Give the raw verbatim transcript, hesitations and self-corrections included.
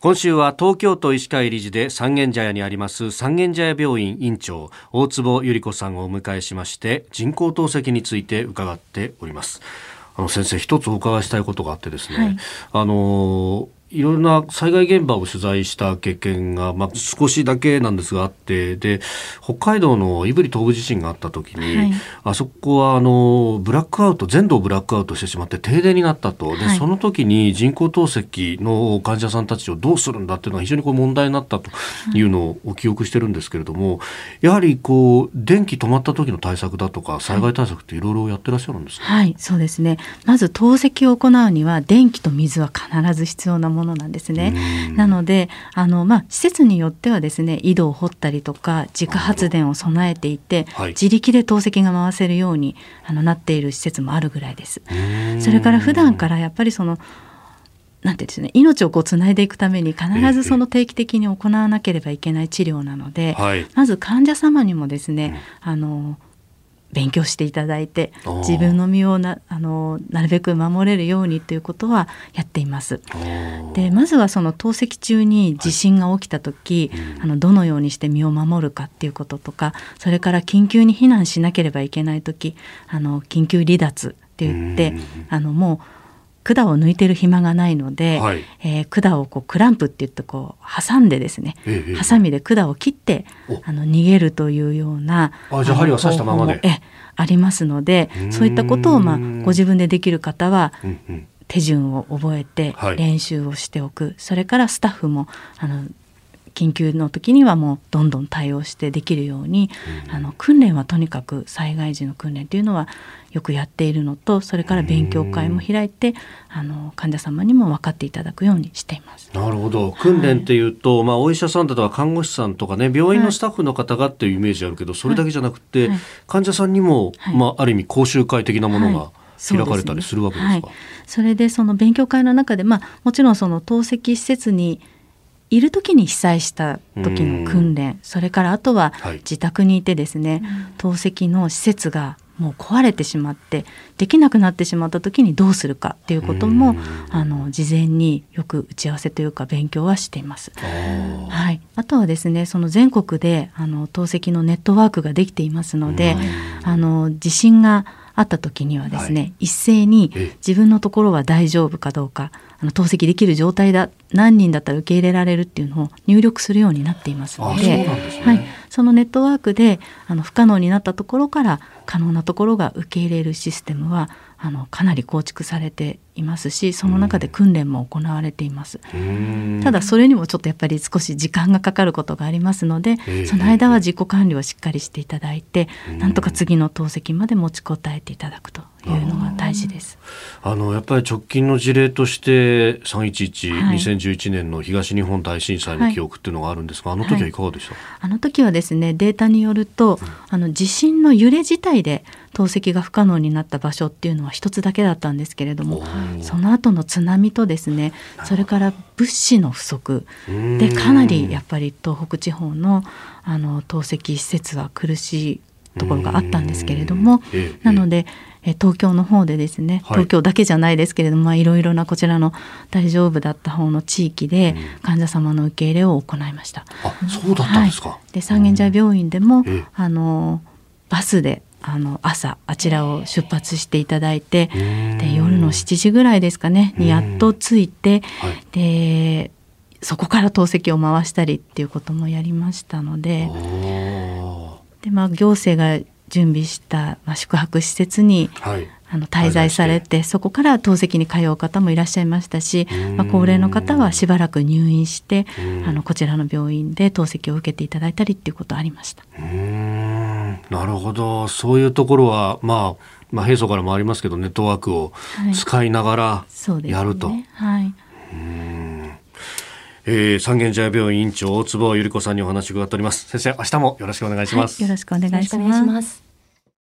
今週は東京都医師会理事で三軒茶屋にあります三軒茶屋病院院長大坪百合子さんをお迎えしまして人工透析について伺っております。あの先生、一つお伺いしたいことがあってですね、はい、あのいろいろな災害現場を取材した経験が、まあ、少しだけなんですがあって、で北海道の胆振東部地震があった時に、はい、あそこはあのブラックアウト全土をブラックアウトしてしまって停電になったと。で、はい、その時に人工透析の患者さんたちをどうするんだっていうのが非常にこう問題になったというのをお記憶してるんですけれども、やはりこう電気止まった時の対策だとか災害対策っていろいろやってらっしゃるんですか？ はい、そうですね。まず透析を行うには電気と水は必ず必要なものなんですね。なのであの、まあ、施設によってはですね、井戸を掘ったりとか自家発電を備えていて、はい、自力で透析が回せるようにあのなっている施設もあるぐらいです。それから普段からやっぱりそのなんてですね、命をこうつないでいくために必ずその定期的に行わなければいけない治療なので、はい、まず患者様にもですね、うん、あの勉強していただいて自分の身を な, あのなるべく守れるようにということはやっています。でまずはその透析中に地震が起きた時、はい、あのどのようにして身を守るかっていうこととか、それから緊急に避難しなければいけない時、あの緊急離脱って言って、あのもう管を抜いてる暇がないので、はい、えー、管をこうクランプって言ってこう挟んでですね、ええ、ハサミで管を切ってあの逃げるというような、 あ、じゃあ針は刺したままでえありますので、そういったことを、まあ、ご自分でできる方は手順を覚えて練習をしておく、はい、それからスタッフもあの緊急の時にはもうどんどん対応してできるように、うん、あの訓練はとにかく災害時の訓練というのはよくやっているのと、それから勉強会も開いて、あの患者様にも分かっていただくようにしています。 なるほど。訓練っていうと、はい、まあ、お医者さんだとか看護師さんとかね、病院のスタッフの方がっていうイメージあるけど、はい、それだけじゃなくて、はい、患者さんにも、はい、まあ、ある意味講習会的なものが、はい、開かれたりするわけですか？はい、 それでその勉強会の中で、まあ、もちろんその透析施設にいる時に被災した時の訓練、それからあとは自宅にいてですね、はい、透析の施設がもう壊れてしまってできなくなってしまった時にどうするかっていうこともあの事前によく打ち合わせというか勉強はしています。あ、はい、あとはですね、その全国であの透析のネットワークができていますので、あの地震があった時にはですね、はい、一斉に自分のところは大丈夫かどうか、あの透析できる状態だ、何人だったら受け入れられるっていうのを入力するようになっていますの で, そうなんですね、はい、そのネットワークであの不可能になったところから可能なところが受け入れるシステムはあのかなり構築されていますし、その中で訓練も行われています。ただそれにもちょっとやっぱり少し時間がかかることがありますので、その間は自己管理をしっかりしていただいて、なんとか次の透析まで持ちこたえていただくというのが大事です。 あのやっぱり直近の事例としてさんいちいち、はい、にせんじゅういちねんの東日本大震災の記憶っていうのがあるんですが、はい、あの時はいかがでした？はい、 あの時はですね、データによると、うん、あの地震の揺れ自体で透析が不可能になった場所っていうのは一つだけだったんですけれども、その後の津波とですね、それから物資の不足でかなりやっぱり東北地方のあの透析施設は苦しいところがあったんですけれども、なので東京の方でですね、東京だけじゃないですけれども、いろいろなこちらの大丈夫だった方の地域で患者様の受け入れを行いました。 あ、そうだったんですか？はい、 で三軒茶屋病院でもあのバスであの朝あちらを出発していただいて、で夜のしちじぐらいですかねにやっと着いて、はい、でそこから透析を回したりっていうこともやりましたので、で、まあ、行政が準備した、まあ、宿泊施設に、はい、あの滞在されて、そこから透析に通う方もいらっしゃいましたし、まあ、高齢の方はしばらく入院してあのこちらの病院で透析を受けていただいたりっていうことありました。 うーん、なるほど。そういうところは、まあ、まあ平素からもありますけどネットワークを使いながらやると、はい、ね、はい、うーん、えー、三軒茶屋病院院長大坪百合子さんにお話を伺っております。先生、明日もよろしくお願いします。 はい、よろしくお願いします。